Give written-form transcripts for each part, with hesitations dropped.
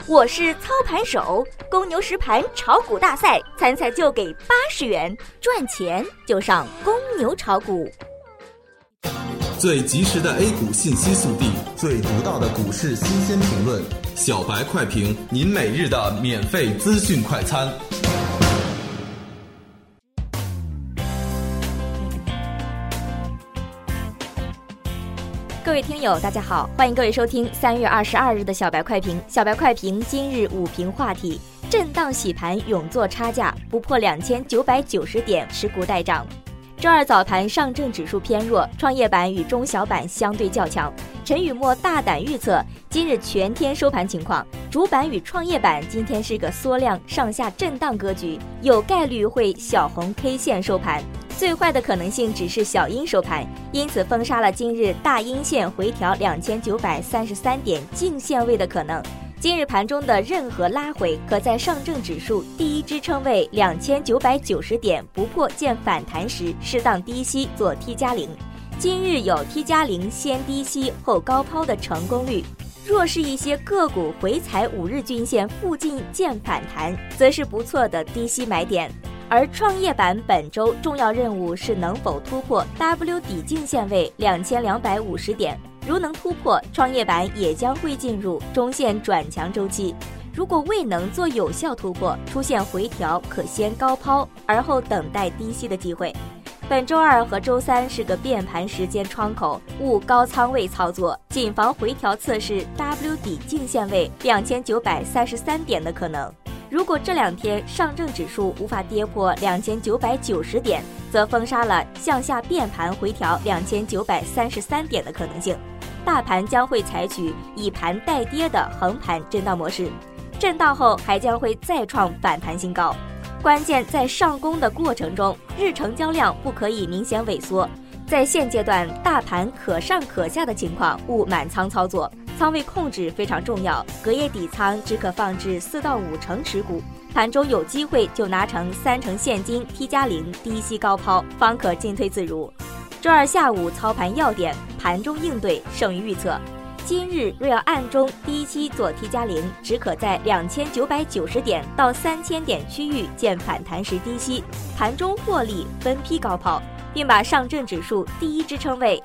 我是操盘手，公牛实盘炒股大赛，参赛就给80元，赚钱就上公牛炒股。 最及时的 A 股信息速递，最独到的股市新鲜评论，小白快评，您每日的免费资讯快餐。 各位听友大家好，欢迎各位收听3月22日的小白快评。小白快评今日午评话题：震荡洗盘永做差价，不破2990点持股待涨。周二早盘上证指数偏弱，创业板与中小板相对较强。陈雨墨大胆预测今日全天收盘情况，主板与创业板今天是个缩量上下震荡格局，有概率会小红 K 线收盘。最坏的可能性只是小阴收盘，因此封杀了今日大阴线回调2933点净线位的可能。今日盘中的任何拉回，可在上证指数第一支撑位2990点不破见反弹时，适当低吸做 T+0。今日有 T+0先低吸后高抛的成功率。若是一些个股回踩5日均线附近见反弹，则是不错的低吸买点。而创业板本周重要任务是能否突破 W 底净线位2250点，如能突破，创业板也将会进入中线转强周期。如果未能做有效突破，出现回调，可先高抛，而后等待低吸的机会。本周二和周三是个变盘时间窗口，勿高仓位操作，谨防回调测试 W 底净线位2933点的可能。如果这2天上证指数无法跌破2990点，则封杀了向下变盘回调2933点的可能性。大盘将会采取以盘带跌的横盘震荡模式，震荡后还将会再创反弹新高。关键在上攻的过程中，日成交量不可以明显萎缩。在现阶段大盘可上可下的情况，勿满仓操作，仓位控制非常重要。隔夜底仓只可放置4到5成持股，盘中有机会就拿成3成现金 T+0 低吸高抛，方可进退自如。周二下午操盘要点，盘中应对胜于预测。今日若要暗中低吸做 T+0，只可在2990点到3000点区域见反弹时低吸，盘中获利分批高抛，并把上证指数第一支撑位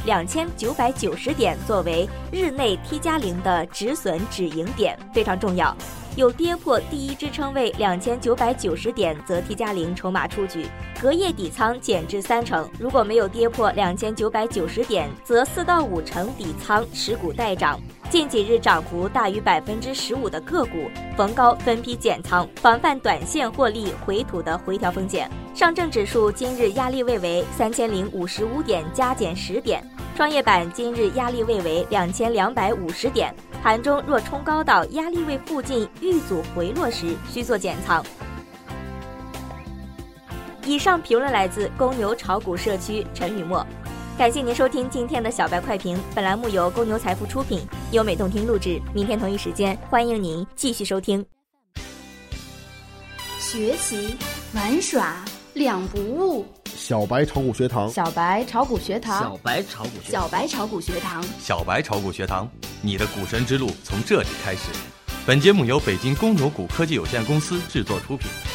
2990点作为日内 T+0的止损止盈点，非常重要。有跌破第一支撑位2990点，则 T+0 筹码出局，隔夜底仓减至3成。如果没有跌破2990点，则4到5成底仓持股待涨。近几日涨幅大于15%的个股，逢高分批减仓，防范短线获利回吐的回调风险。上证指数今日压力位为3055点加减10点，创业板今日压力位为2250点。盘中若冲高到压力位附近遇阻回落时，需做减仓。以上评论来自公牛炒股社区陈雨墨。感谢您收听今天的小白快评，本栏目由公牛财富出品，优美动听录制。明天同一时间，欢迎您继续收听。 学习玩耍两不误。 小白炒股学堂， 小白炒股学堂， 小白炒股学堂， 小白炒股学堂， 小白炒股学堂，你的股神之路从这里开始。本节目由北京公牛股科技有限公司制作出品。